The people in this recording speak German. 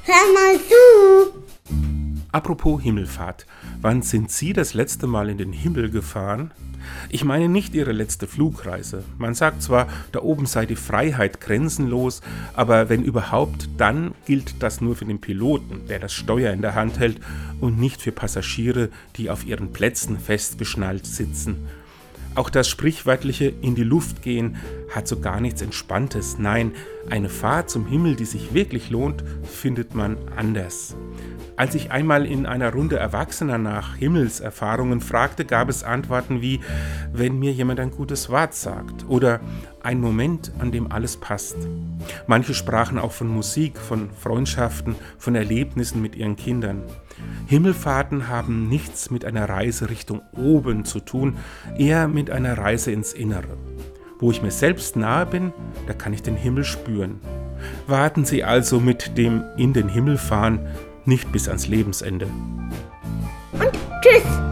hör mal zu. Apropos Himmelfahrt, wann sind Sie das letzte Mal in den Himmel gefahren? Ich meine nicht Ihre letzte Flugreise. Man sagt zwar, da oben sei die Freiheit grenzenlos, aber wenn überhaupt, dann gilt das nur für den Piloten, der das Steuer in der Hand hält, und nicht für Passagiere, die auf ihren Plätzen festgeschnallt sitzen. Auch das sprichwörtliche in die Luft gehen hat so gar nichts Entspanntes. Nein, eine Fahrt zum Himmel, die sich wirklich lohnt, findet man anders. Als ich einmal in einer Runde Erwachsener nach Himmelserfahrungen fragte, gab es Antworten wie, wenn mir jemand ein gutes Wort sagt oder ein Moment, an dem alles passt. Manche sprachen auch von Musik, von Freundschaften, von Erlebnissen mit ihren Kindern. Himmelfahrten haben nichts mit einer Reise Richtung oben zu tun, eher mit einer Reise ins Innere. Wo ich mir selbst nahe bin, da kann ich den Himmel spüren. Warten Sie also mit dem in den Himmel fahren nicht bis ans Lebensende. Und tschüss.